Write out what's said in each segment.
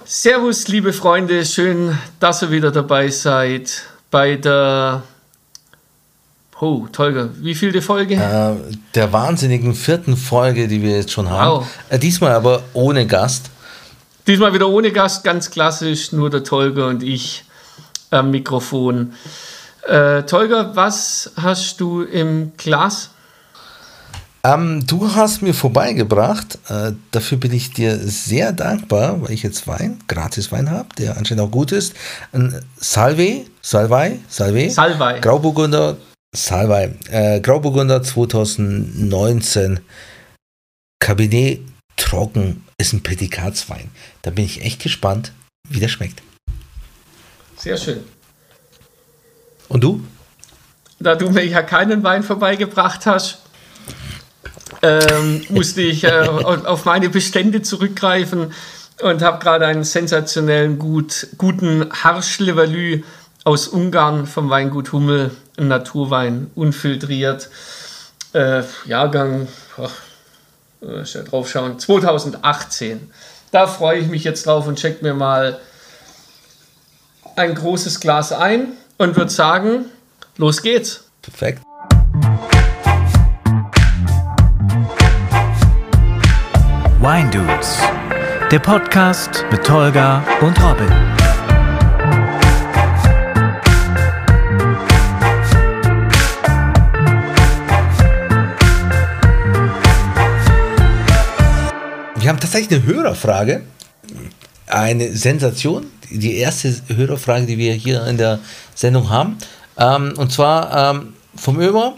Servus, liebe Freunde, schön, dass ihr wieder dabei seid bei der, Tolga, wie viel die Folge? Der wahnsinnigen 4. Folge, die wir jetzt schon haben. Wow. Diesmal aber ohne Gast. Diesmal wieder ohne Gast, ganz klassisch, nur der Tolga und ich am Mikrofon. Tolga, was hast du im Glas? Du hast mir vorbeigebracht, dafür bin ich dir sehr dankbar, weil ich jetzt gratis Wein habe, der anscheinend auch gut ist. Ein Salvei, Grauburgunder 2019, Cabernet trocken, ist ein Prädikatswein. Da bin ich echt gespannt, wie der schmeckt. Sehr schön. Und du? Da du mir ja keinen Wein vorbeigebracht hast, musste ich auf meine Bestände zurückgreifen und habe gerade einen sensationellen guten Harsch-Levalü aus Ungarn vom Weingut Hummel, ein Naturwein, unfiltriert, Jahrgang, drauf schauen, 2018. Da freue ich mich jetzt drauf und check mir mal ein großes Glas ein und würde sagen, los geht's. Perfekt. Wine Dudes, der Podcast mit Tolga und Robin. Wir haben tatsächlich eine Hörerfrage, eine Sensation, die erste Hörerfrage, die wir hier in der Sendung haben, und zwar vom Ömer.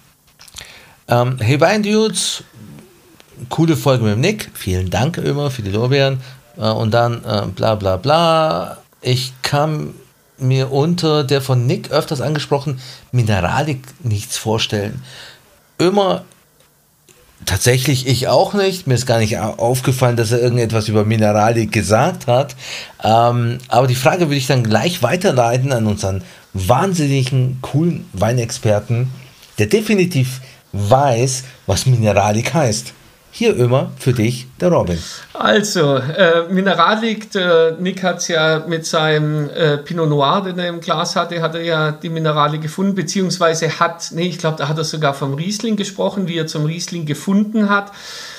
Hey Wine Dudes, coole Folge mit dem Nick. Vielen Dank, Ömer, für die Lorbeeren. Und dann bla bla bla. Ich kann mir unter der von Nick öfters angesprochen Mineralik nichts vorstellen. Ömer, tatsächlich ich auch nicht. Mir ist gar nicht aufgefallen, dass er irgendetwas über Mineralik gesagt hat. Aber die Frage würde ich dann gleich weiterleiten an unseren wahnsinnigen, coolen Weinexperten, der definitiv weiß, was Mineralik heißt. Hier, Ömer, für dich, der Robin. Also, Mineralik, Nick hat es ja mit seinem Pinot Noir, den er im Glas hatte, hat er ja die Mineralik gefunden, beziehungsweise ich glaube, da hat er sogar vom Riesling gesprochen, wie er zum Riesling gefunden hat.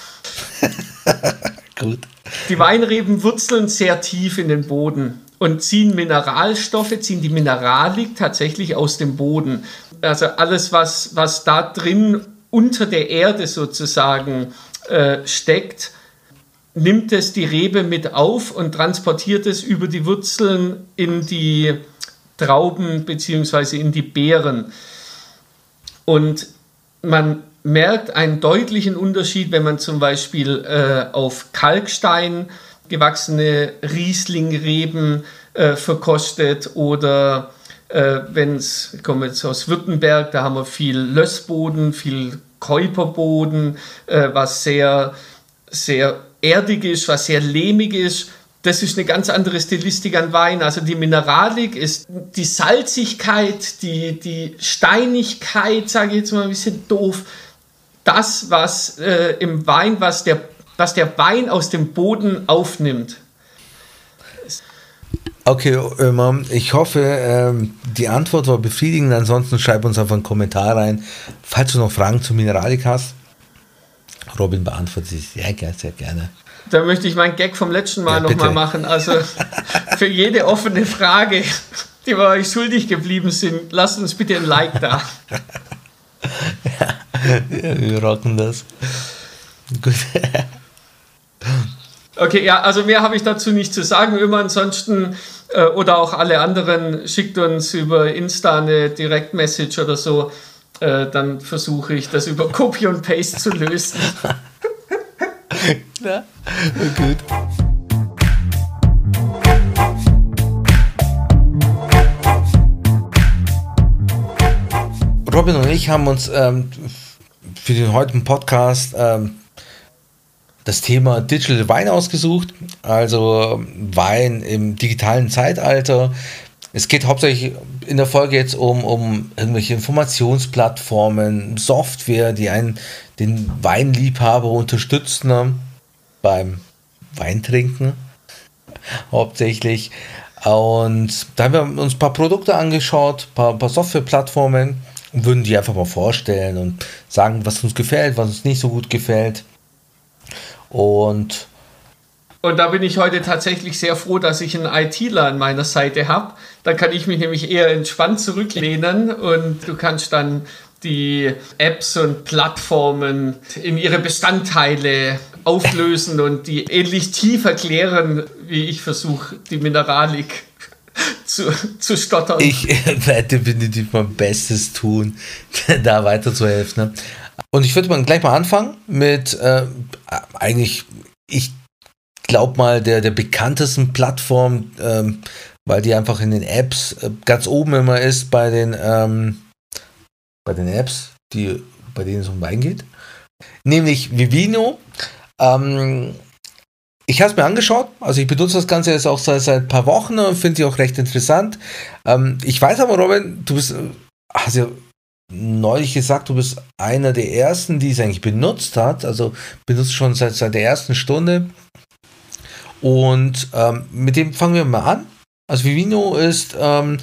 Gut. Die Weinreben wurzeln sehr tief in den Boden und ziehen die Mineralik tatsächlich aus dem Boden. Also alles, was da drin unter der Erde sozusagen steckt, nimmt es die Rebe mit auf und transportiert es über die Wurzeln in die Trauben bzw. in die Beeren. Und man merkt einen deutlichen Unterschied, wenn man zum Beispiel auf Kalkstein gewachsene Rieslingreben verkostet oder ich komme jetzt aus Württemberg, da haben wir viel Lössboden, viel Keuperboden, was sehr, sehr erdig ist, was sehr lehmig ist. Das ist eine ganz andere Stilistik an Wein. Also die Mineralik ist die Salzigkeit, die Steinigkeit, sage ich jetzt mal ein bisschen doof. Das, was im Wein, was der Wein aus dem Boden aufnimmt. Okay, Ömer, ich hoffe, die Antwort war befriedigend. Ansonsten schreib uns einfach einen Kommentar rein, falls du noch Fragen zu Mineralik hast. Robin beantwortet sie sehr gerne. Da möchte ich meinen Gag vom letzten Mal nochmal machen. Also für jede offene Frage, die wir euch schuldig geblieben sind, lasst uns bitte ein Like da. Ja, wir rocken das. Gut. Okay, ja, also mehr habe ich dazu nicht zu sagen. Immer ansonsten oder auch alle anderen, schickt uns über Insta eine Direktmessage oder so. Dann versuche ich das über Copy und Paste zu lösen. Ja, gut. Robin und ich haben uns für den heutigen Podcast das Thema Digital Wein ausgesucht, also Wein im digitalen Zeitalter. Es geht hauptsächlich in der Folge jetzt um irgendwelche Informationsplattformen, Software, die den Weinliebhaber unterstützen beim Weintrinken. hauptsächlich. Und da haben wir uns ein paar Produkte angeschaut, ein paar Softwareplattformen und würden die einfach mal vorstellen und sagen, was uns gefällt, was uns nicht so gut gefällt. Und da bin ich heute tatsächlich sehr froh, dass ich einen ITler an meiner Seite habe. Da kann ich mich nämlich eher entspannt zurücklehnen und du kannst dann die Apps und Plattformen in ihre Bestandteile auflösen und die ähnlich tief erklären, wie ich versuche, die Mineralik zu stottern. Ich werde definitiv mein Bestes tun, da weiterzuhelfen. Und ich würde mal gleich mal anfangen mit eigentlich, ich glaube mal, der bekanntesten Plattform, weil die einfach in den Apps ganz oben immer ist bei den Apps, bei denen es um Wein geht. Nämlich Vivino. Ich habe es mir angeschaut, also ich benutze das Ganze jetzt auch seit ein paar Wochen und finde die auch recht interessant. Ich weiß aber, Robin, hast ja neulich gesagt, du bist einer der ersten, die es eigentlich benutzt hat, also benutzt schon seit der ersten Stunde. Und mit dem fangen wir mal an. Also Vivino ist,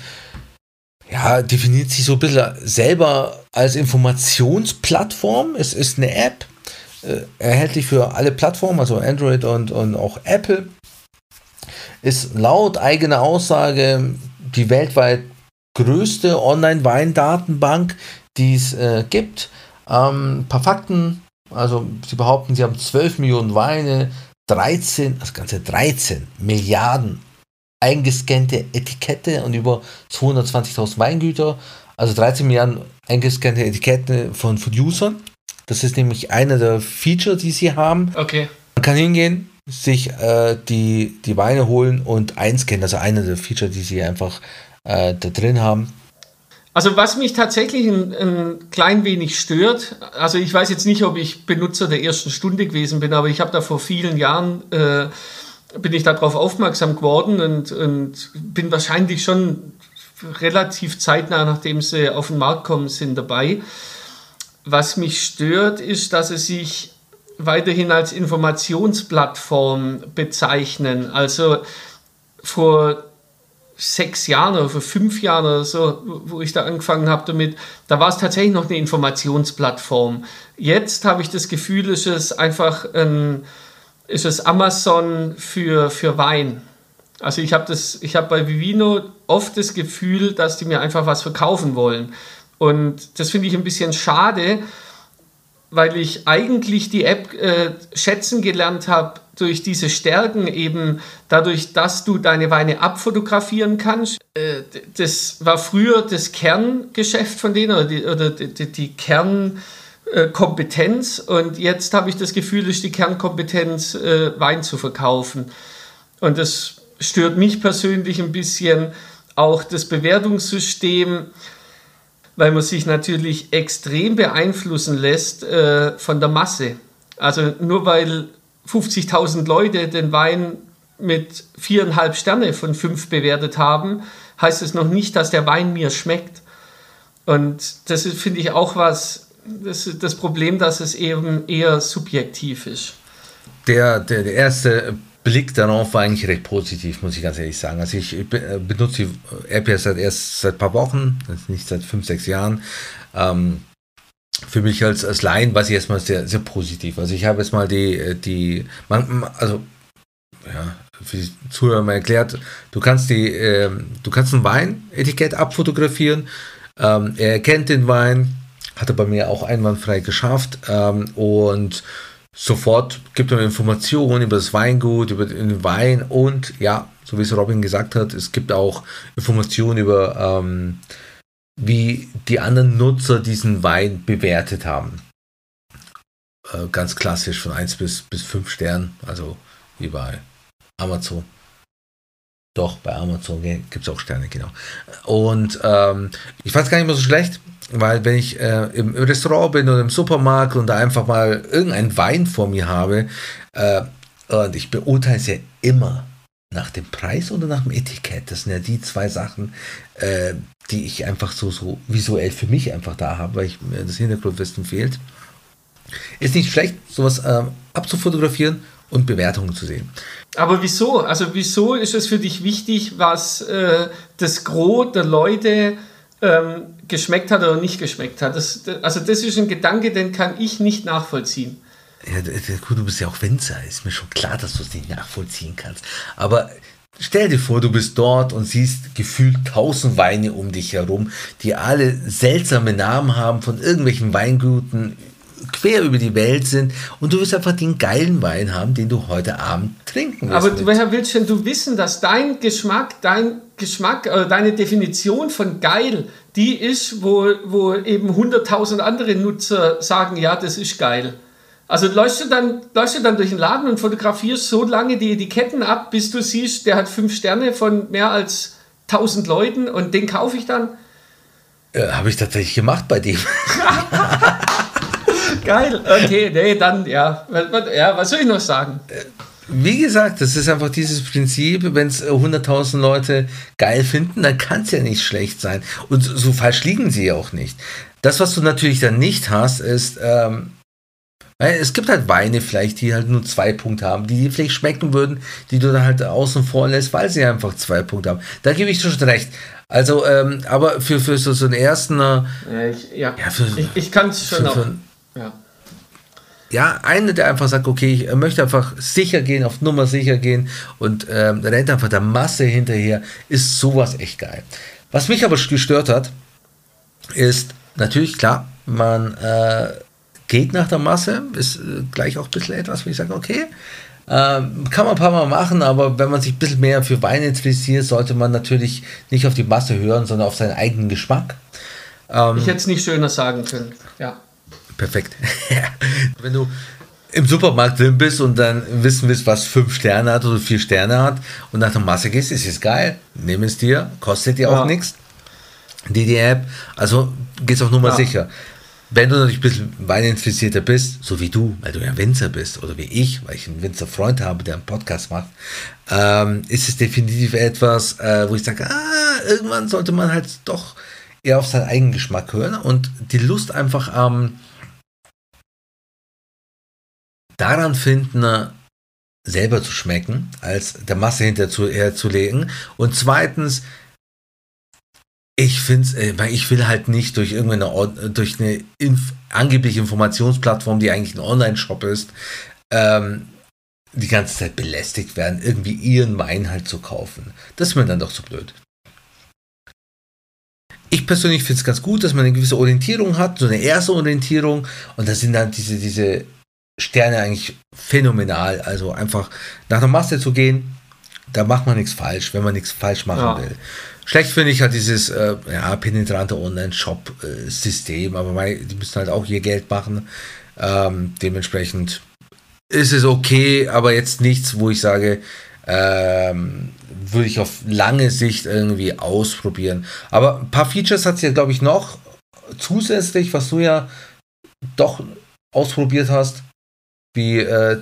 definiert sich so ein bisschen selber als Informationsplattform. Es ist eine App, erhältlich für alle Plattformen, also Android und auch Apple. Ist laut eigener Aussage die weltweit größte Online-Weindatenbank, die es gibt. Ein paar Fakten, also sie behaupten, sie haben 12 Millionen Weine, 13 Milliarden eingescannte Etikette und über 220.000 Weingüter, also 13 Milliarden eingescannte Etiketten von Usern. Das ist nämlich einer der Features, die sie haben. Okay. Man kann hingehen, sich die Weine holen und einscannen. Also einer der Features, die sie einfach da drin haben. Also was mich tatsächlich ein klein wenig stört, also ich weiß jetzt nicht, ob ich Benutzer der ersten Stunde gewesen bin, aber ich habe da vor vielen Jahren, bin ich darauf aufmerksam geworden und bin wahrscheinlich schon relativ zeitnah, nachdem sie auf den Markt kommen sind, dabei. Was mich stört, ist, dass sie sich weiterhin als Informationsplattform bezeichnen. Also vor 6 Jahren oder vor 5 Jahren oder so, wo ich da angefangen habe damit, da war es tatsächlich noch eine Informationsplattform. Jetzt habe ich das Gefühl, ist es einfach ist es Amazon für Wein. Also ich habe bei Vivino oft das Gefühl, dass die mir einfach was verkaufen wollen. Und das finde ich ein bisschen schade, weil ich eigentlich die App schätzen gelernt habe durch diese Stärken, eben dadurch, dass du deine Weine abfotografieren kannst. Das war früher das Kerngeschäft von denen oder die Kernkompetenz, und jetzt habe ich das Gefühl, ist die Kernkompetenz, Wein zu verkaufen. Und das stört mich persönlich ein bisschen, auch das Bewertungssystem, weil man sich natürlich extrem beeinflussen lässt von der Masse. Also nur weil 50.000 Leute den Wein mit 4,5 Sterne von 5 bewertet haben, heißt es noch nicht, dass der Wein mir schmeckt. Und das ist, finde ich, auch das Problem, dass es eben eher subjektiv ist. Der erste Blick darauf war eigentlich recht positiv, muss ich ganz ehrlich sagen. Also ich benutze die App ja erst seit ein paar Wochen, nicht seit 5, 6 Jahren. Für mich als Laien war sie erstmal sehr, sehr positiv. Also ich habe jetzt mal für die Zuhörer mal erklärt, du kannst ein Weinetikett abfotografieren, er erkennt den Wein, hat er bei mir auch einwandfrei geschafft, und sofort gibt er Informationen über das Weingut, über den Wein und ja, so wie es Robin gesagt hat, es gibt auch Informationen über wie die anderen Nutzer diesen Wein bewertet haben. Ganz klassisch von 1 bis 5 Sternen, also wie bei Amazon. Doch, bei Amazon gibt es auch Sterne, genau. Und ich fand es gar nicht mehr so schlecht, weil wenn ich im Restaurant bin oder im Supermarkt und da einfach mal irgendeinen Wein vor mir habe, und ich beurteile es ja immer nach dem Preis oder nach dem Etikett. Das sind ja die 2 Sachen, die ich einfach so visuell für mich einfach da habe, weil mir das Hintergrundwissen fehlt. Ist nicht schlecht, sowas abzufotografieren und Bewertungen zu sehen. Aber wieso? Also wieso ist es für dich wichtig, was das Gros der Leute geschmeckt hat oder nicht geschmeckt hat? Das ist ein Gedanke, den kann ich nicht nachvollziehen. Ja, gut, du bist ja auch Winzer, ist mir schon klar, dass du es nicht nachvollziehen kannst. Aber stell dir vor, du bist dort und siehst gefühlt 1000 Weine um dich herum, die alle seltsame Namen haben, von irgendwelchen Weingütern quer über die Welt sind, und du willst einfach den geilen Wein haben, den du heute Abend trinken willst. Aber woher willst denn du wissen, dass dein Geschmack oder deine Definition von geil die ist, wo eben 100.000 andere Nutzer sagen, ja, das ist geil. Also läufst du dann durch den Laden und fotografierst so lange die Etiketten ab, bis du siehst, der hat 5 Sterne von mehr als 1000 Leuten und den kaufe ich dann? Habe ich tatsächlich gemacht bei dem. Geil, okay, nee, dann, ja, was soll ich noch sagen? Wie gesagt, das ist einfach dieses Prinzip, wenn es 100.000 Leute geil finden, dann kann es ja nicht schlecht sein. Und so falsch liegen sie ja auch nicht. Das, was du natürlich dann nicht hast, ist, es gibt halt Weine vielleicht, die halt nur 2 Punkte haben, die vielleicht schmecken würden, die du dann halt außen vor lässt, weil sie einfach 2 Punkte haben. Da gebe ich dir schon recht. Also, aber für so einen ersten... ich kann es schon auch... Ja, einer, der einfach sagt, okay, ich möchte einfach sicher gehen, auf Nummer sicher gehen und rennt einfach der Masse hinterher, ist sowas echt geil. Was mich aber gestört hat, ist natürlich klar, man geht nach der Masse, ist gleich auch ein bisschen etwas, wo ich sage, okay, kann man ein paar Mal machen, aber wenn man sich ein bisschen mehr für Wein interessiert, sollte man natürlich nicht auf die Masse hören, sondern auf seinen eigenen Geschmack. Ich hätte es nicht schöner sagen können, ja. Perfekt. Wenn du im Supermarkt drin bist und dann wissen willst, was 5 Sterne hat oder 4 Sterne hat und nach der Masse gehst, ist es geil. Nimm es dir, kostet dir auch nichts. Die App, also gehst auf Nummer sicher. Wenn du natürlich ein bisschen weininteressierter bist, so wie du, weil du ja Winzer bist, oder wie ich, weil ich einen Winzerfreund habe, der einen Podcast macht, ist es definitiv etwas, wo ich sage, irgendwann sollte man halt doch eher auf seinen eigenen Geschmack hören und die Lust einfach daran finden, selber zu schmecken, als der Masse hinterher zu legen. Und zweitens, ich will halt nicht durch eine angebliche Informationsplattform, die eigentlich ein Online-Shop ist, die ganze Zeit belästigt werden, irgendwie ihren Wein halt zu kaufen. Das ist mir dann doch so blöd. Ich persönlich finde es ganz gut, dass man eine gewisse Orientierung hat, so eine erste Orientierung, und da sind dann diese Sterne eigentlich phänomenal. Also einfach nach der Masse zu gehen, da macht man nichts falsch, wenn man nichts falsch machen will. Schlecht finde ich halt dieses penetrante Online-Shop-System, aber die müssen halt auch ihr Geld machen. Dementsprechend ist es okay, aber jetzt nichts, wo ich sage, würde ich auf lange Sicht irgendwie ausprobieren. Aber ein paar Features hat es ja, glaube ich, noch zusätzlich, was du ja doch ausprobiert hast, wie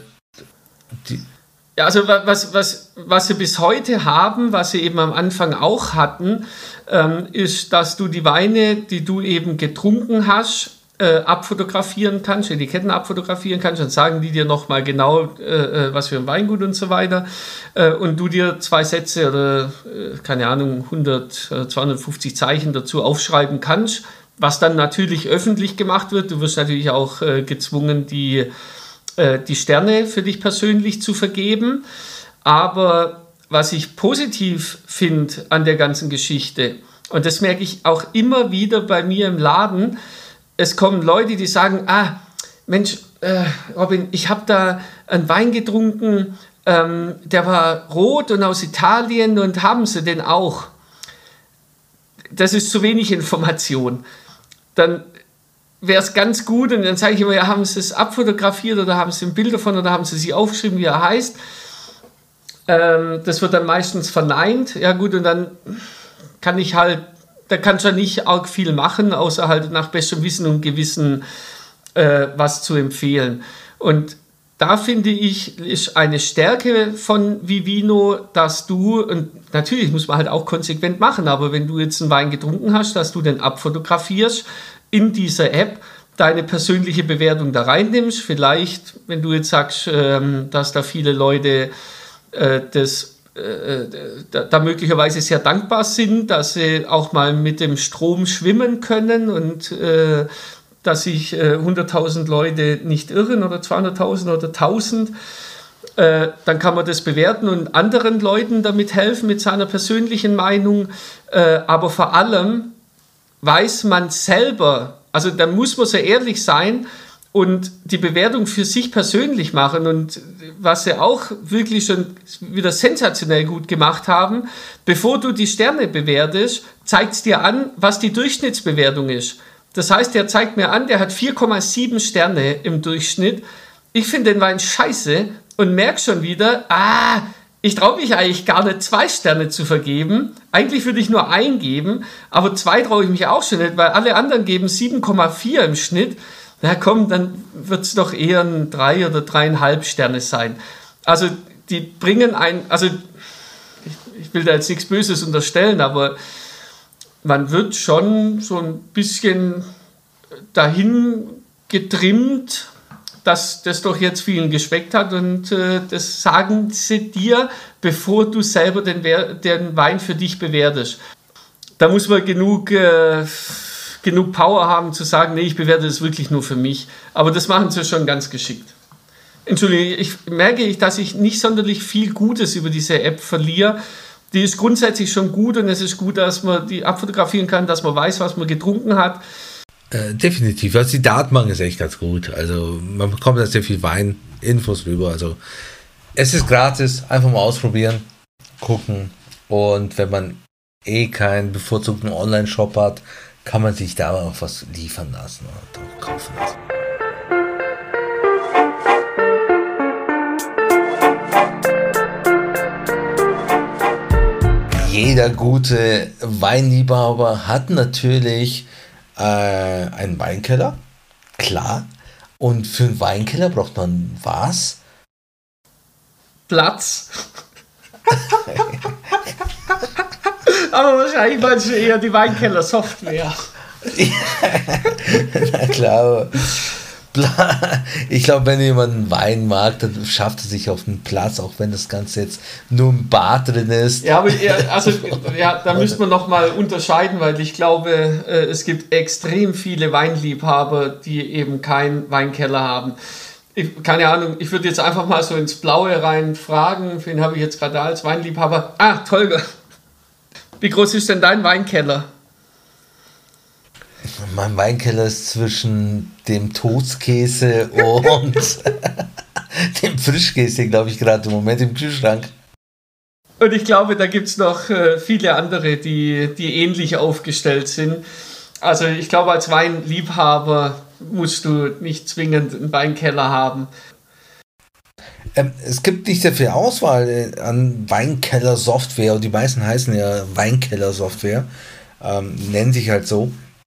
Ja, also was sie bis heute haben, was sie eben am Anfang auch hatten, ist, dass du die Weine, die du eben getrunken hast, abfotografieren kannst, Etiketten abfotografieren kannst, dann sagen die dir nochmal genau, was für ein Weingut und so weiter, und du dir 2 Sätze oder, keine Ahnung, 100, 250 Zeichen dazu aufschreiben kannst, was dann natürlich öffentlich gemacht wird. Du wirst natürlich auch gezwungen, die Sterne für dich persönlich zu vergeben. Aber was ich positiv finde an der ganzen Geschichte, und das merke ich auch immer wieder bei mir im Laden, es kommen Leute, die sagen, Mensch, Robin, ich habe da einen Wein getrunken, der war rot und aus Italien, und haben Sie den auch? Das ist zu wenig Information. Dann wäre es ganz gut, und dann sage ich immer, ja, haben Sie es abfotografiert oder haben Sie ein Bild davon oder haben Sie sich aufgeschrieben, wie er heißt? Das wird dann meistens verneint. Ja gut, und dann kann ich halt, da kannst du ja nicht arg viel machen, außer halt nach bestem Wissen und Gewissen was zu empfehlen. Und da finde ich, ist eine Stärke von Vivino, dass du, und natürlich muss man halt auch konsequent machen, aber wenn du jetzt einen Wein getrunken hast, dass du den abfotografierst in dieser App, deine persönliche Bewertung da reinnimmst. Vielleicht, wenn du jetzt sagst, dass da viele Leute da möglicherweise sehr dankbar sind, dass sie auch mal mit dem Strom schwimmen können und dass sich 100.000 Leute nicht irren oder 200.000 oder 1.000, dann kann man das bewerten und anderen Leuten damit helfen mit seiner persönlichen Meinung. Aber vor allem weiß man selber, also da muss man so ehrlich sein und die Bewertung für sich persönlich machen. Und was sie auch wirklich schon wieder sensationell gut gemacht haben, bevor du die Sterne bewertest, zeigt es dir an, was die Durchschnittsbewertung ist. Das heißt, der zeigt mir an, der hat 4,7 Sterne im Durchschnitt. Ich finde den Wein scheiße und merke schon wieder, ich traue mich eigentlich gar nicht 2 Sterne zu vergeben. Eigentlich würde ich nur 1 geben, aber 2 traue ich mich auch schon nicht, weil alle anderen geben 7,4 im Schnitt. Na komm, dann wird es doch eher ein 3 oder 3,5 Sterne sein. Also die bringen also ich will da jetzt nichts Böses unterstellen, aber man wird schon so ein bisschen dahin getrimmt, dass das doch jetzt vielen geschmeckt hat und das sagen sie dir, bevor du selber den Wein für dich bewertest. Da muss man genug Power haben zu sagen, nee, ich bewerte das wirklich nur für mich. Aber das machen sie schon ganz geschickt. Entschuldigung, ich merke, dass ich nicht sonderlich viel Gutes über diese App verliere. Die ist grundsätzlich schon gut und es ist gut, dass man die abfotografieren kann, dass man weiß, was man getrunken hat. Definitiv. Also die Datenbank ist echt ganz gut. Also man bekommt da sehr viel Wein-Infos rüber. Also es ist gratis, einfach mal ausprobieren, gucken. Und wenn man keinen bevorzugten Online-Shop hat, kann man sich da auch was liefern lassen oder auch kaufen lassen. Jeder gute Weinliebhaber hat natürlich einen Weinkeller, klar. Und für einen Weinkeller braucht man was? Platz. Aber wahrscheinlich meinst du eher die Weinkeller-Software. Na klar. Ich glaube, wenn jemand einen Wein mag, dann schafft er sich auf einen Platz, auch wenn das Ganze jetzt nur im Bad drin ist. Ja, aber da müsste man nochmal unterscheiden, weil ich glaube, es gibt extrem viele Weinliebhaber, die eben keinen Weinkeller haben. Keine Ahnung, ich würde jetzt einfach mal so ins Blaue rein fragen, wen habe ich jetzt gerade als Weinliebhaber? Tolga. Wie groß ist denn dein Weinkeller? Mein Weinkeller ist zwischen dem Toastkäse und dem Frischkäse, glaube ich, gerade im Moment im Kühlschrank. Und ich glaube, da gibt es noch viele andere, die ähnlich aufgestellt sind. Also ich glaube, als Weinliebhaber musst du nicht zwingend einen Weinkeller haben. Es gibt nicht sehr viel Auswahl an Weinkeller-Software und die meisten heißen ja Weinkeller-Software, nennen sich halt so.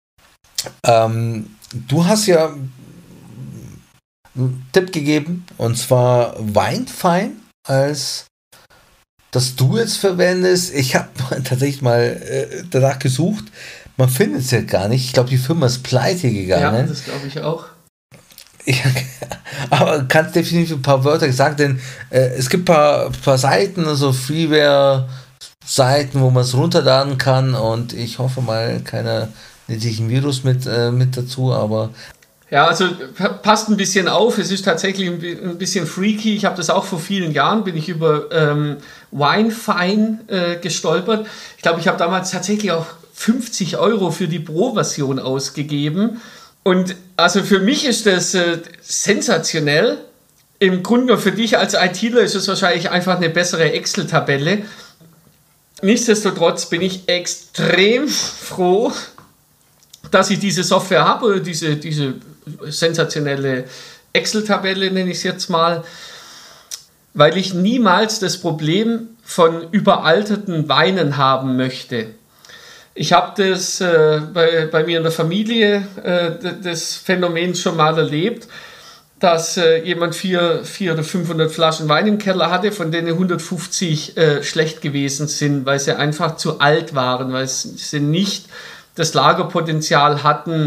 Du hast ja einen Tipp gegeben, und zwar Weinfein, als das du jetzt verwendest. Ich habe tatsächlich mal danach gesucht, man findet es ja gar nicht. Ich glaube, die Firma ist pleite gegangen. Ja, das glaube ich auch. Ja, aber kannst definitiv ein paar Wörter sagen, denn es gibt ein paar Seiten, also Freeware-Seiten, wo man es runterladen kann, und ich hoffe mal, keiner nimmt sich ein Virus mit dazu, aber... Ja, also passt ein bisschen auf, es ist tatsächlich ein bisschen freaky. Ich habe das auch vor vielen Jahren, bin ich über Weinfein gestolpert. Ich glaube, ich habe damals tatsächlich auch 50 € für die Pro-Version ausgegeben. Und also für mich ist das sensationell. Im Grunde nur für dich als ITler ist es wahrscheinlich einfach eine bessere Excel-Tabelle. Nichtsdestotrotz bin ich extrem froh, dass ich diese Software habe, diese sensationelle Excel-Tabelle nenne ich es jetzt mal, weil ich niemals das Problem von überalterten Weinen haben möchte. Ich habe das bei mir in der Familie das Phänomen schon mal erlebt, dass jemand 400 oder 500 Flaschen Wein im Keller hatte, von denen 150 schlecht gewesen sind, weil sie einfach zu alt waren, weil sie nicht das Lagerpotenzial hatten,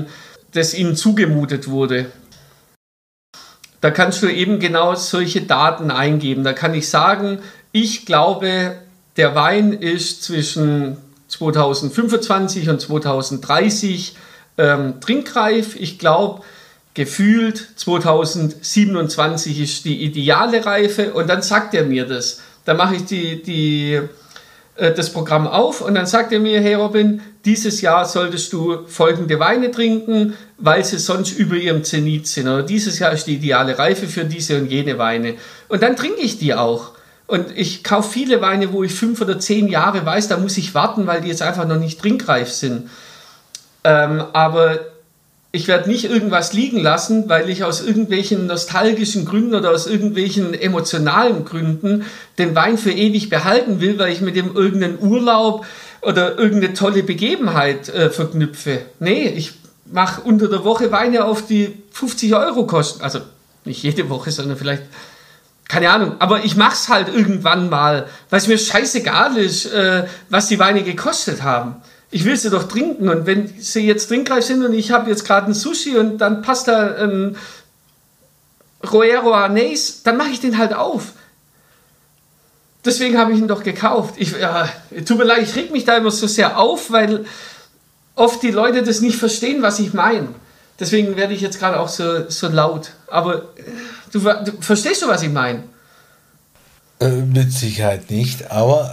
das ihnen zugemutet wurde. Da kannst du eben genau solche Daten eingeben. Da kann ich sagen, ich glaube, der Wein ist zwischen 2025 und 2030 trinkreif. Ich glaube, gefühlt 2027 ist die ideale Reife und dann sagt er mir das. Dann mache ich das Programm auf und dann sagt er mir, hey Robin, dieses Jahr solltest du folgende Weine trinken, weil sie sonst über ihrem Zenit sind. Oder dieses Jahr ist die ideale Reife für diese und jene Weine. Und dann trinke ich die auch. Und ich kaufe viele Weine, wo ich 5 oder 10 Jahre weiß, da muss ich warten, weil die jetzt einfach noch nicht trinkreif sind. Aber ich werde nicht irgendwas liegen lassen, weil ich aus irgendwelchen nostalgischen Gründen oder aus irgendwelchen emotionalen Gründen den Wein für ewig behalten will, weil ich mit dem irgendeinen Urlaub oder irgendeine tolle Begebenheit verknüpfe. Nee, ich mache unter der Woche Weine auf, die 50 € kosten. Also nicht jede Woche, sondern vielleicht, keine Ahnung. Aber ich mache es halt irgendwann mal, weil es mir scheißegal ist, was die Weine gekostet haben. Ich will sie doch trinken und wenn sie jetzt trinkreif sind und ich habe jetzt gerade ein Sushi und dann passt da ein Roero Anais, dann mache ich den halt auf. Deswegen habe ich ihn doch gekauft. Tut mir leid, ich reg mich da immer so sehr auf, weil oft die Leute das nicht verstehen, was ich meine. Deswegen werde ich jetzt gerade auch so laut. Aber du verstehst du, was ich meine? Mit Sicherheit nicht, aber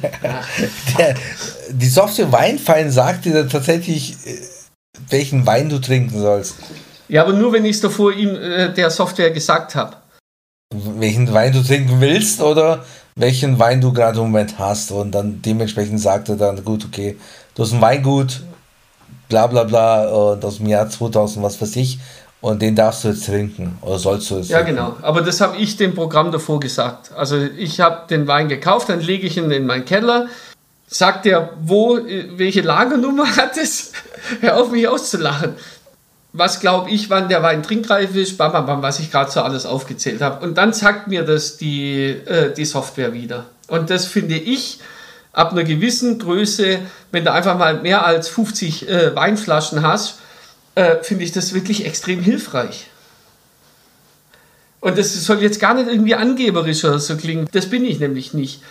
die Software Weinfein sagt dir tatsächlich, welchen Wein du trinken sollst. Ja, aber nur, wenn ich es davor ihm der Software gesagt habe. Welchen Wein du trinken willst oder welchen Wein du gerade im Moment hast. Und dann dementsprechend sagt er dann, gut, okay, du hast ein Weingut, bla bla bla, und aus dem Jahr 2000, was weiß ich, und den darfst du jetzt trinken oder sollst du jetzt trinken. Ja, genau. Aber das habe ich dem Programm davor gesagt. Also ich habe den Wein gekauft, dann lege ich ihn in meinen Keller. Sagt er, welche Lagernummer hat es? Hör auf, mich auszulachen. Was glaube ich, wann der Wein trinkreif ist? Bam, bam, bam, was ich gerade so alles aufgezählt habe. Und dann sagt mir das die Software wieder. Und das finde ich, ab einer gewissen Größe, wenn du einfach mal mehr als 50 Weinflaschen hast, finde ich das wirklich extrem hilfreich. Und das soll jetzt gar nicht irgendwie angeberisch oder so klingen. Das bin ich nämlich nicht.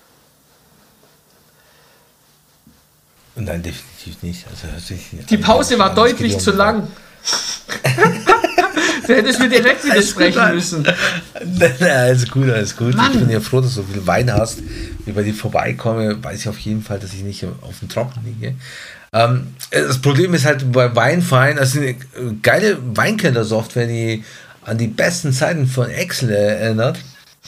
Nein, definitiv nicht. Also, die Pause war deutlich zu lang. Du hättest mir direkt widersprechen müssen. Alles gut, alles gut. Mann. Ich bin ja froh, dass du so viel Wein hast. Wie bei dir vorbeikomme, weiß ich auf jeden Fall, dass ich nicht auf dem Trocken liege. Das Problem ist halt bei Weinfein, also eine geile Weinkenner-Software, die an die besten Zeiten von Excel erinnert.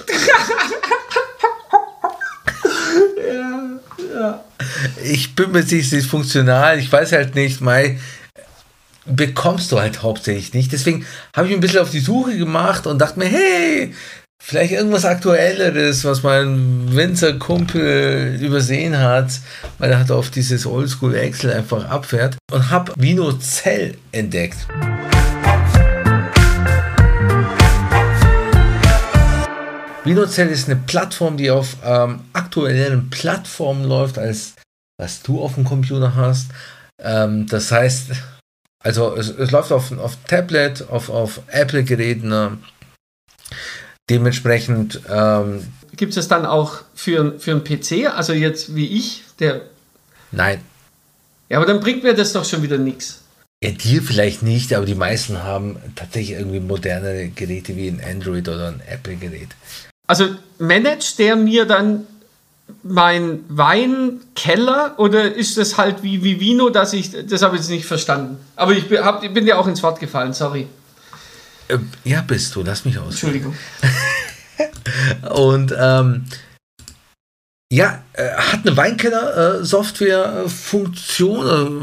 Ja. Ich bin mir sicher, sie ist funktional. Ich weiß halt nicht, bekommst du halt hauptsächlich nicht. Deswegen habe ich ein bisschen auf die Suche gemacht und dachte mir, hey, vielleicht irgendwas Aktuelleres, was mein Winzerkumpel übersehen hat, weil er halt auf dieses Oldschool Excel einfach abfährt, und habe Vinozell entdeckt. Vinozell ist eine Plattform, die auf aktuelleren Plattformen läuft, als was du auf dem Computer hast. Das heißt, also es läuft auf Tablet, auf Apple-Geräten. Dementsprechend gibt es dann auch für einen PC, also jetzt wie ich, der... Nein. Ja, aber dann bringt mir das doch schon wieder nichts. Ja, dir vielleicht nicht, aber die meisten haben tatsächlich irgendwie modernere Geräte wie ein Android oder ein Apple-Gerät. Also managt der mir dann mein Weinkeller oder ist das halt wie Vivino, das habe ich jetzt nicht verstanden. Aber ich bin dir auch ins Wort gefallen, sorry. Ja, bist du, lass mich aus. Entschuldigung. Und hat eine Weinkeller-Software-Funktion,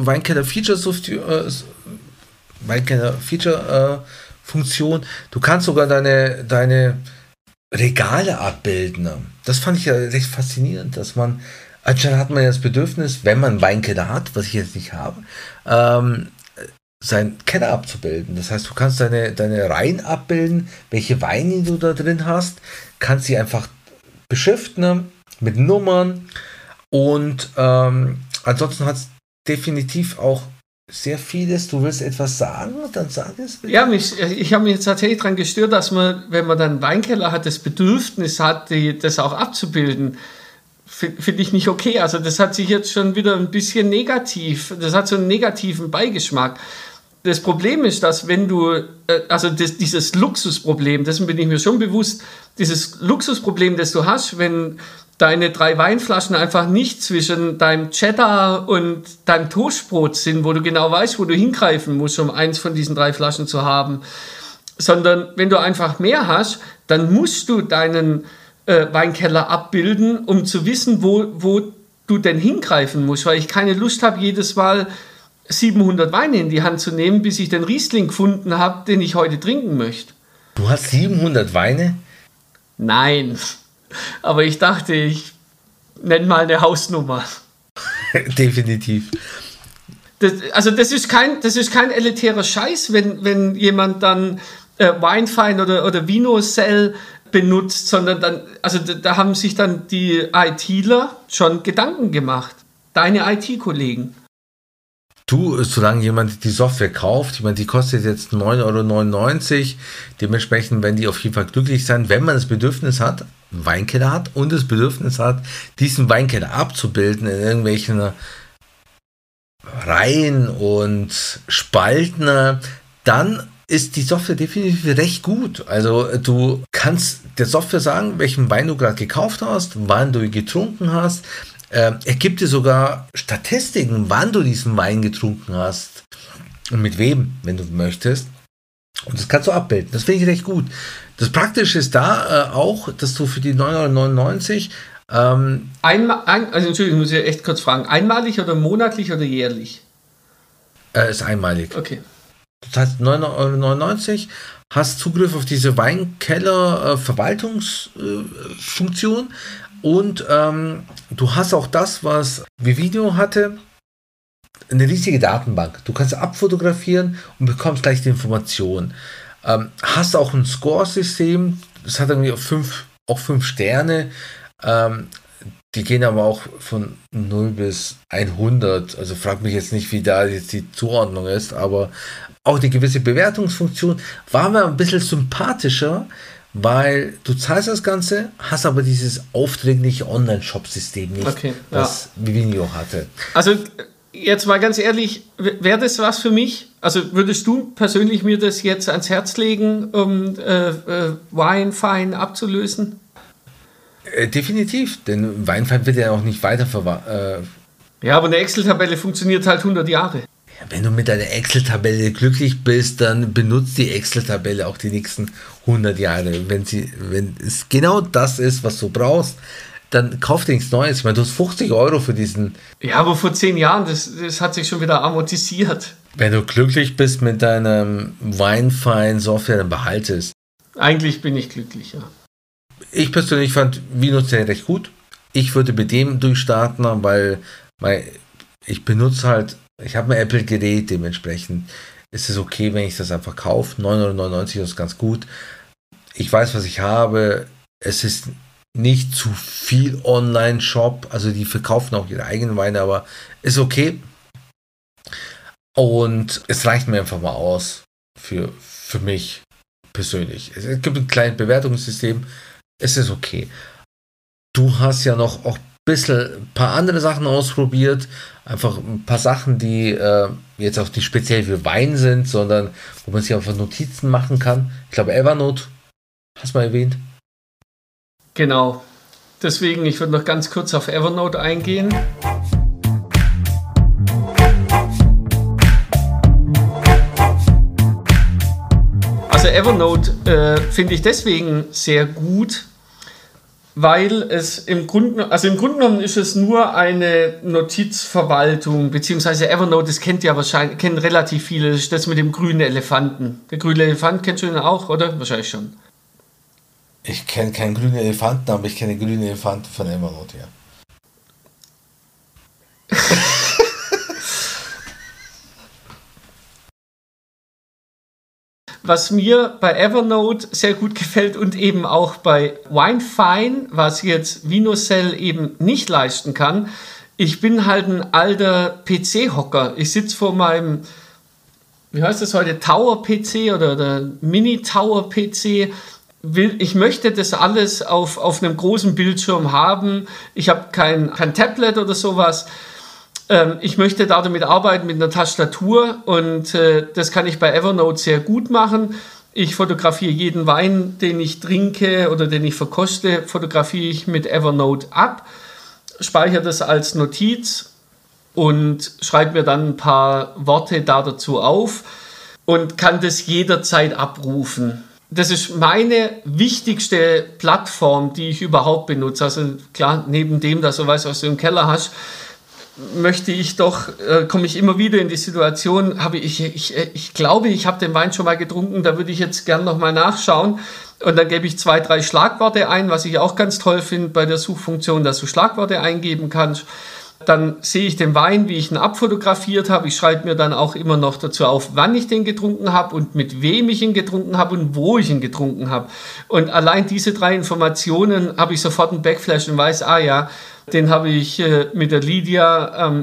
Weinkeller-Feature-Funktion. Du kannst sogar deine Regale abbilden. Das fand ich ja recht faszinierend, dass man, anscheinend hat man ja das Bedürfnis, wenn man einen Weinkeller hat, was ich jetzt nicht habe, seinen Keller abzubilden. Das heißt, du kannst deine Reihen abbilden, welche Weine du da drin hast, kannst sie einfach beschriften mit Nummern und ansonsten hat es definitiv auch sehr vieles. Du willst etwas sagen, dann sag es bitte. Ja, ich habe mich jetzt tatsächlich daran gestört, dass man, wenn man dann einen Weinkeller hat, das Bedürfnis hat, das auch abzubilden. Finde ich nicht okay. Also das hat sich jetzt schon wieder ein bisschen negativ, das hat so einen negativen Beigeschmack. Das Problem ist, dass wenn du, dieses Luxusproblem, dessen bin ich mir schon bewusst, dieses Luxusproblem, das du hast, wenn deine 3 Weinflaschen einfach nicht zwischen deinem Cheddar und deinem Toastbrot sind, wo du genau weißt, wo du hingreifen musst, um eins von diesen 3 Flaschen zu haben, sondern wenn du einfach mehr hast, dann musst du deinen Weinkeller abbilden, um zu wissen, wo du denn hingreifen musst, weil ich keine Lust habe, jedes Mal 700 Weine in die Hand zu nehmen, bis ich den Riesling gefunden habe, den ich heute trinken möchte. Du hast 700 Weine? Nein, aber ich dachte, ich nenne mal eine Hausnummer. Definitiv. Das ist kein elitärer Scheiß, wenn jemand dann Winefine oder VinoCell benutzt, sondern dann, also da haben sich dann die ITler schon Gedanken gemacht. Deine IT-Kollegen. Du, solange jemand die Software kauft, ich meine, die kostet jetzt 9,99 €, dementsprechend werden die auf jeden Fall glücklich sein, wenn man das Bedürfnis hat, einen Weinkeller hat und das Bedürfnis hat, diesen Weinkeller abzubilden in irgendwelchen Reihen und Spalten, dann ist die Software definitiv recht gut. Also du kannst der Software sagen, welchen Wein du gerade gekauft hast, wann du ihn getrunken hast. Er gibt dir sogar Statistiken, wann du diesen Wein getrunken hast und mit wem, wenn du möchtest. Und das kannst du abbilden. Das finde ich recht gut. Das Praktische ist da auch, dass du für die 9,99 €. Entschuldigung, muss ich echt kurz fragen. Einmalig oder monatlich oder jährlich? Ist einmalig. Okay. Das heißt 9,99 €, hast Zugriff auf diese Weinkeller-Verwaltungsfunktion und du hast auch das, was Vivino hatte, eine riesige Datenbank. Du kannst abfotografieren und bekommst gleich die Information. Hast auch ein Score-System, das hat irgendwie auch 5 Sterne. Die gehen aber auch von 0 bis 100. Also frag mich jetzt nicht, wie da jetzt die Zuordnung ist, aber auch die gewisse Bewertungsfunktion war mir ein bisschen sympathischer, weil du zahlst das Ganze, hast aber dieses aufdringliche Online-Shop-System nicht, was Vivino hatte. Also jetzt mal ganz ehrlich, wäre das was für mich? Also würdest du persönlich mir das jetzt ans Herz legen, um Winefine abzulösen? Definitiv, denn Winefine wird ja auch nicht weiter Ja, aber eine Excel-Tabelle funktioniert halt 100 Jahre. Wenn du mit deiner Excel-Tabelle glücklich bist, dann benutzt die Excel-Tabelle auch die nächsten 100 Jahre. Wenn es genau das ist, was du brauchst, dann kauf dir nichts Neues. Ich meine, du hast 50 € für diesen... Ja, aber vor 10 Jahren, das hat sich schon wieder amortisiert. Wenn du glücklich bist mit deinem Winefine-Software, dann behalte es. Eigentlich bin ich glücklich, ja. Ich persönlich fand VinoCell recht gut. Ich würde mit dem durchstarten, weil ich benutze halt... Ich habe ein Apple-Gerät, dementsprechend ist es okay, wenn ich das einfach kaufe. 9,99 € ist ganz gut. Ich weiß, was ich habe. Es ist nicht zu viel Online-Shop. Also die verkaufen auch ihre eigenen Weine, aber ist okay. Und es reicht mir einfach mal aus für mich persönlich. Es gibt ein kleines Bewertungssystem. Es ist okay. Du hast ja noch auch ein paar andere Sachen ausprobiert, einfach ein paar Sachen, die jetzt auch nicht speziell für Wein sind, sondern wo man sich einfach Notizen machen kann. Ich glaube, Evernote, hast du mal erwähnt? Genau. Deswegen, ich würde noch ganz kurz auf Evernote eingehen. Also Evernote finde ich deswegen sehr gut, weil es im Grunde genommen ist es nur eine Notizverwaltung, beziehungsweise Evernote, das kennen relativ viele, das ist das mit dem grünen Elefanten. Der grüne Elefant kennst du ihn auch, oder? Wahrscheinlich schon. Ich kenne keinen grünen Elefanten, aber ich kenne den grünen Elefanten von Evernote, ja. Was mir bei Evernote sehr gut gefällt und eben auch bei Winefine, was jetzt VinoCell eben nicht leisten kann, Ich bin halt ein alter PC-Hocker. Ich sitze vor meinem, wie heißt das heute, Tower-PC oder Mini-Tower-PC. Ich möchte das alles auf einem großen Bildschirm haben. Ich habe kein Tablet oder sowas. Ich möchte damit arbeiten mit einer Tastatur und das kann ich bei Evernote sehr gut machen. Ich fotografiere jeden Wein, den ich trinke oder den ich verkoste, fotografiere ich mit Evernote ab, speichere das als Notiz und schreibe mir dann ein paar Worte dazu auf und kann das jederzeit abrufen. Das ist meine wichtigste Plattform, die ich überhaupt benutze. Also klar, neben dem, dass du weißt, was du im Keller hast, komme ich immer wieder in die Situation, ich glaube, ich habe den Wein schon mal getrunken, da würde ich jetzt gern nochmal nachschauen. Und dann gebe ich 2, 3 Schlagworte ein, was ich auch ganz toll finde bei der Suchfunktion, dass du Schlagworte eingeben kannst. Dann sehe ich den Wein, wie ich ihn abfotografiert habe. Ich schreibe mir dann auch immer noch dazu auf, wann ich den getrunken habe und mit wem ich ihn getrunken habe und wo ich ihn getrunken habe. Und allein diese 3 Informationen habe ich sofort einen Backflash und weiß, den habe ich mit der Lydia am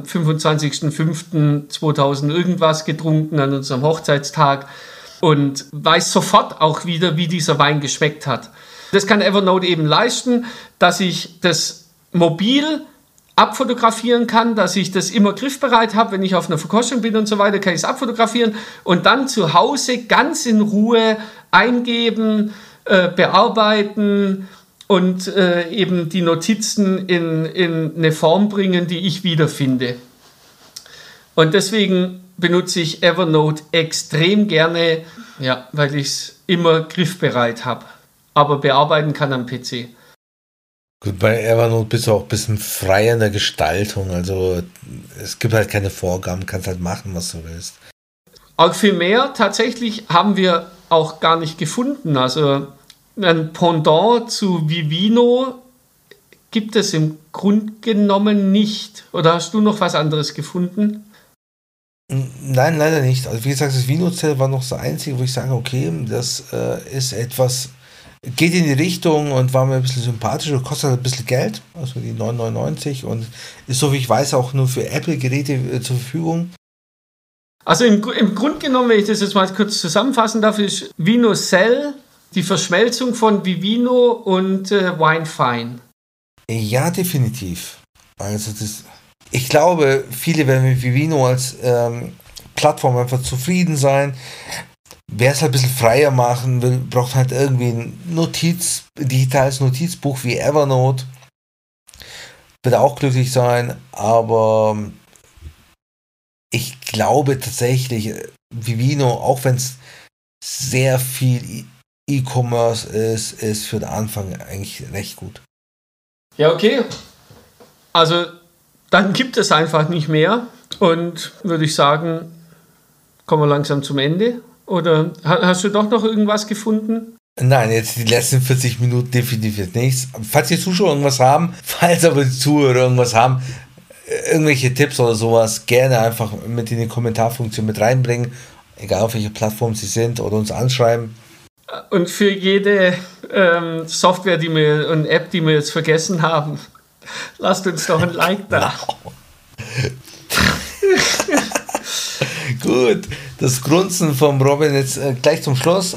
25.05.2000 irgendwas getrunken an unserem Hochzeitstag und weiß sofort auch wieder, wie dieser Wein geschmeckt hat. Das kann Evernote eben leisten, dass ich das mobil abfotografieren kann, dass ich das immer griffbereit habe, wenn ich auf einer Verkostung bin und so weiter, kann ich es abfotografieren und dann zu Hause ganz in Ruhe eingeben, bearbeiten und eben die Notizen in eine Form bringen, die ich wiederfinde. Und deswegen benutze ich Evernote extrem gerne, ja, weil ich es immer griffbereit habe, aber bearbeiten kann am PC. Gut, bei Evernote bist du auch ein bisschen freier in der Gestaltung, also es gibt halt keine Vorgaben, kannst halt machen, was du willst. Auch viel mehr tatsächlich haben wir auch gar nicht gefunden, also ein Pendant zu Vivino gibt es im Grunde genommen nicht. Oder hast du noch was anderes gefunden? Nein, leider nicht. Also wie gesagt, das Vino-Zell war noch das Einzige, wo ich sage, okay, das ist etwas, geht in die Richtung und war mir ein bisschen sympathischer, kostet halt ein bisschen Geld, also die 9,99 und ist, so wie ich weiß, auch nur für Apple-Geräte zur Verfügung. Also im Grunde genommen, wenn ich das jetzt mal kurz zusammenfassen darf, ist Vino-Cell die Verschmelzung von Vivino und Wine-Fine. Ja, definitiv. Also ich glaube, viele werden mit Vivino als Plattform einfach zufrieden sein. Wer es halt ein bisschen freier machen will, braucht halt irgendwie ein digitales Notizbuch wie Evernote. Wird auch glücklich sein, aber ich glaube tatsächlich, Vivino, auch wenn es sehr viel E-Commerce ist für den Anfang eigentlich recht gut. Ja, okay. Also dann gibt es einfach nicht mehr und würde ich sagen, kommen wir langsam zum Ende. Oder hast du doch noch irgendwas gefunden? Nein, jetzt die letzten 40 Minuten definitiv nichts. Falls die Zuschauer irgendwas haben, falls aber die Zuhörer irgendwas haben, irgendwelche Tipps oder sowas, gerne einfach mit in die Kommentarfunktion mit reinbringen, egal auf welcher Plattform sie sind, oder uns anschreiben. Und für jede Software und App, die wir jetzt vergessen haben, lasst uns doch ein Like da. Gut, das Grunzen vom Robin jetzt gleich zum Schluss.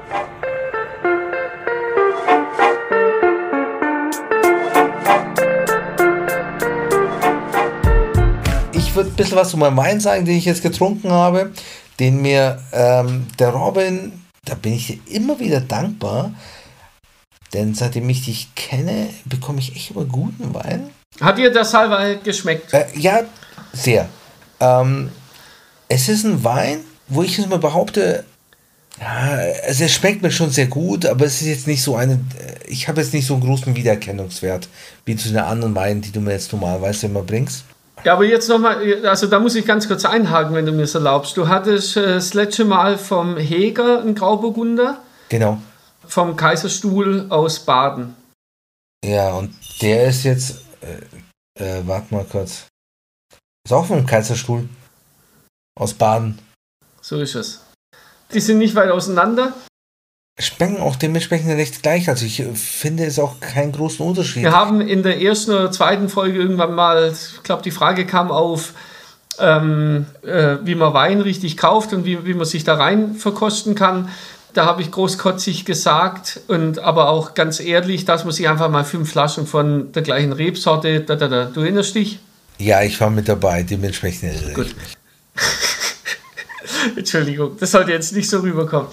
Ich würde ein bisschen was zu meinem Wein sagen, den ich jetzt getrunken habe, den mir der Robin, da bin ich dir immer wieder dankbar, denn seitdem ich dich kenne, bekomme ich echt immer guten Wein. Hat dir der Salbei geschmeckt? Ja, sehr. Es ist ein Wein, wo ich jetzt mal behaupte, ja, also es schmeckt mir schon sehr gut, aber es ist jetzt nicht so ich habe jetzt nicht so einen großen Wiedererkennungswert wie zu den anderen Weinen, die du mir jetzt normalerweise immer bringst. Ja, aber jetzt nochmal, also da muss ich ganz kurz einhaken, wenn du mir es erlaubst. Du hattest das letzte Mal vom Heger einen Grauburgunder. Genau. Vom Kaiserstuhl aus Baden. Ja, und der ist jetzt, warte mal kurz, ist auch vom Kaiserstuhl aus Baden. So ist es. Die sind nicht weit auseinander. schmecken auch dementsprechend recht gleich. Also ich finde es auch keinen großen Unterschied. Wir haben in der ersten oder zweiten Folge irgendwann mal, ich glaube, die Frage kam auf, wie man Wein richtig kauft und wie man sich da rein verkosten kann. Da habe ich großkotzig gesagt und aber auch ganz ehrlich, dass man sich einfach mal 5 Flaschen von der gleichen Rebsorte, du erinnerst dich? Ja, ich war mit dabei, dementsprechend. Gut. Entschuldigung, das sollte jetzt nicht so rüberkommen.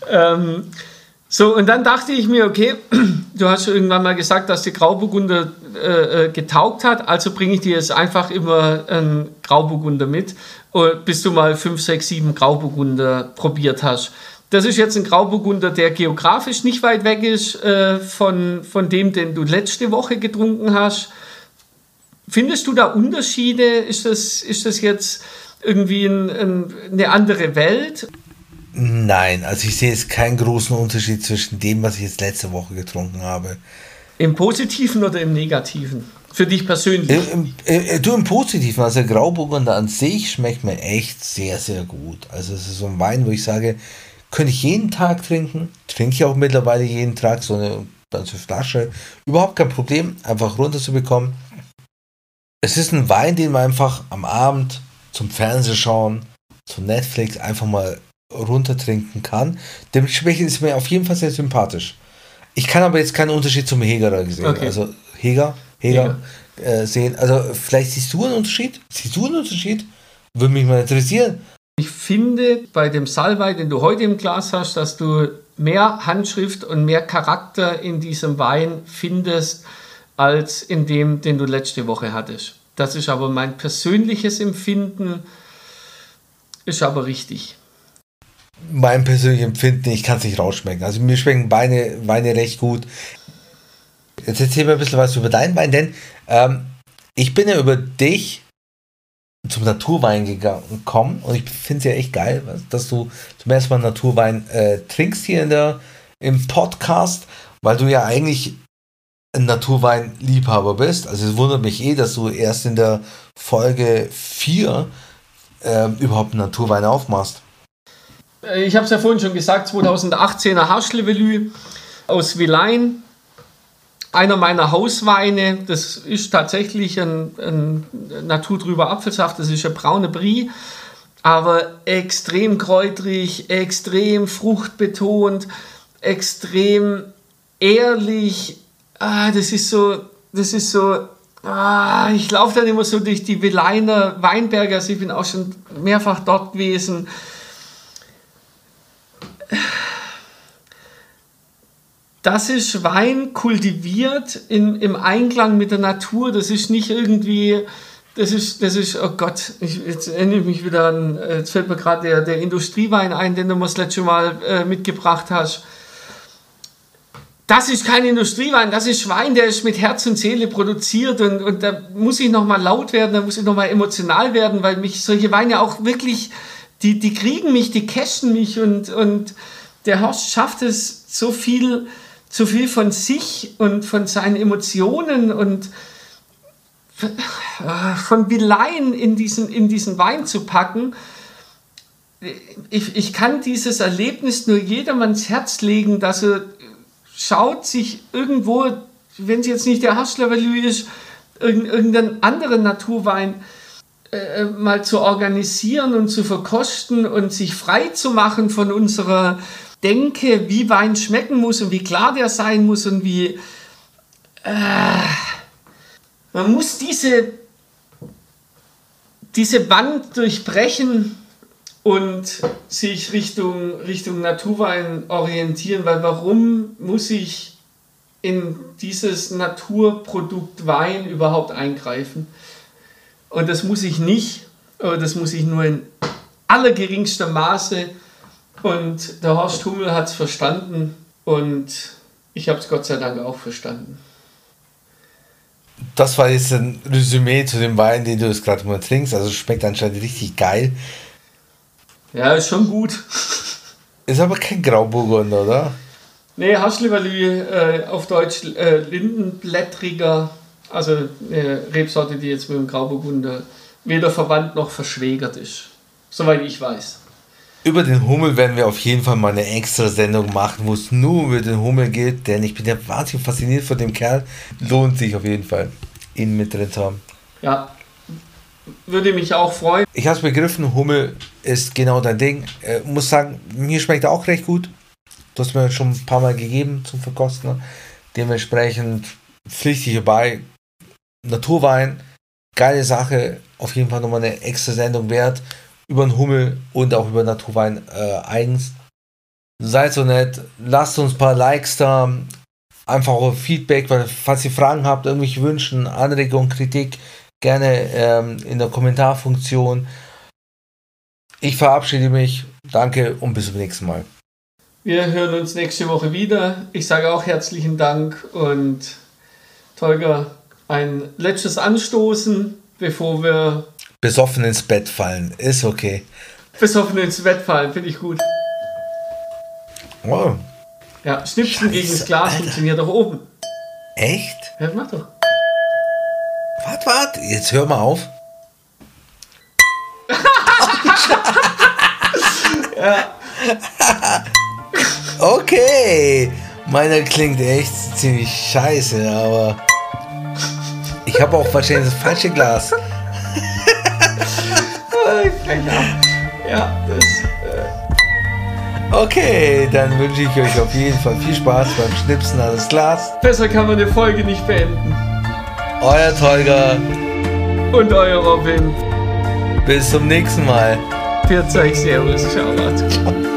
So, und dann dachte ich mir, okay, du hast irgendwann mal gesagt, dass dir Grauburgunder getaugt hat, also bringe ich dir jetzt einfach immer einen Grauburgunder mit, bis du mal 5, 6, 7 Grauburgunder probiert hast. Das ist jetzt ein Grauburgunder, der geografisch nicht weit weg ist von dem, den du letzte Woche getrunken hast. Findest du da Unterschiede? Ist das jetzt irgendwie eine andere Welt? Nein, also ich sehe jetzt keinen großen Unterschied zwischen dem, was ich jetzt letzte Woche getrunken habe. Im Positiven oder im Negativen? Für dich persönlich? Im Positiven. Also Grauburgunder an sich schmeckt mir echt sehr, sehr gut. Also es ist so ein Wein, wo ich sage, könnte ich jeden Tag trinken. Trinke ich auch mittlerweile jeden Tag so eine ganze Flasche. Überhaupt kein Problem, einfach runterzubekommen. Es ist ein Wein, den man einfach am Abend zum Fernsehen schauen, zum Netflix einfach mal runtertrinken kann. Dementsprechend ist mir auf jeden Fall sehr sympathisch. Ich kann aber jetzt keinen Unterschied zum Heger sehen. Okay. Also Heger sehen. Also vielleicht siehst du einen Unterschied? Würde mich mal interessieren. Ich finde bei dem Salbei, den du heute im Glas hast, dass du mehr Handschrift und mehr Charakter in diesem Wein findest, als in dem, den du letzte Woche hattest. Das ist aber mein persönliches Empfinden, ist aber richtig. Mein persönliches Empfinden, ich kann es nicht rausschmecken. Also mir schmecken Weine recht gut. Jetzt erzähl mir ein bisschen was über deinen Wein, denn ich bin ja über dich zum Naturwein gekommen und ich finde es ja echt geil, dass du zum ersten Mal Naturwein trinkst hier im Podcast, weil du ja eigentlich ein Naturwein-Liebhaber bist. Also es wundert mich dass du erst in der Folge 4 überhaupt einen Naturwein aufmachst. Ich habe es ja vorhin schon gesagt, 2018er Haschlevelü aus Villain. Einer meiner Hausweine, das ist tatsächlich ein naturtrüber Apfelsaft, das ist ein braune Brie, aber extrem kräutrig, extrem fruchtbetont, extrem ehrlich. Ich laufe dann immer so durch die Villainer Weinberge, also ich bin auch schon mehrfach dort gewesen. Das ist Wein kultiviert im Einklang mit der Natur. Das ist nicht irgendwie, das ist, oh Gott, jetzt erinnere ich mich wieder an, jetzt fällt mir gerade der Industriewein ein, den du mir das letzte Mal mitgebracht hast. Das ist kein Industriewein, das ist Wein, der ist mit Herz und Seele produziert und da muss ich nochmal laut werden, da muss ich nochmal emotional werden, weil mich solche Weine auch wirklich, die kriegen mich, die cashen mich und der Horst schafft es, so viel von sich und von seinen Emotionen und von Villain in diesen Wein zu packen. Ich kann dieses Erlebnis nur jedem ans Herz legen, dass er schaut, sich irgendwo, wenn es jetzt nicht der Haschlevelü ist, irgendeinen anderen Naturwein mal zu organisieren und zu verkosten und sich frei zu machen von unserer Denke, wie Wein schmecken muss und wie klar der sein muss und wie man muss diese Wand durchbrechen und sich Richtung Naturwein orientieren, weil warum muss ich in dieses Naturprodukt Wein überhaupt eingreifen? Und das muss ich nicht, oder das muss ich nur in allergeringstem Maße. Und der Horst Hummel hat es verstanden und ich habe es Gott sei Dank auch verstanden. Das war jetzt ein Resümee zu dem Wein, den du jetzt gerade mal trinkst. Also schmeckt anscheinend richtig geil. Ja, ist schon gut. Ist aber kein Grauburgunder, oder? Nee, Haschlevelü, auf Deutsch Lindenblättriger. Also eine Rebsorte, die jetzt mit dem Grauburgunder weder verwandt noch verschwägert ist. Soweit ich weiß. Über den Hummel werden wir auf jeden Fall mal eine extra Sendung machen, wo es nur über den Hummel geht, denn ich bin ja wahnsinnig fasziniert von dem Kerl. Lohnt sich auf jeden Fall, ihn mit drin zu haben. Ja, würde mich auch freuen. Ich habe es begriffen, Hummel ist genau dein Ding. Muss sagen, mir schmeckt er auch recht gut. Du hast mir schon ein paar Mal gegeben zum Verkosten. Dementsprechend pflichtig hierbei. Naturwein, geile Sache. Auf jeden Fall nochmal eine extra Sendung wert. Über den Hummel und auch über Naturwein eigens. Seid so nett, lasst uns ein paar Likes da, einfach auch Feedback, weil falls ihr Fragen habt, irgendwelche Wünsche, Anregungen, Kritik, gerne in der Kommentarfunktion. Ich verabschiede mich, danke und bis zum nächsten Mal. Wir hören uns nächste Woche wieder. Ich sage auch herzlichen Dank und Tolga, ein letztes Anstoßen, bevor wir besoffen ins Bett fallen, ist okay. Besoffen ins Bett fallen, finde ich gut. Oh. Ja, Schnipsen gegen das Glas, Alter. Funktioniert doch oben. Echt? Ja, mach doch. Warte, jetzt hör mal auf. Ja. Okay, meiner klingt echt ziemlich scheiße, aber ich habe auch wahrscheinlich das falsche Glas. Ja, das. Okay, dann wünsche ich euch auf jeden Fall viel Spaß beim Schnipsen an das Glas. Besser kann man eine Folge nicht beenden. Euer Tolga. Und euer Robin. Bis zum nächsten Mal. Pfiat euch, Servus, ciao.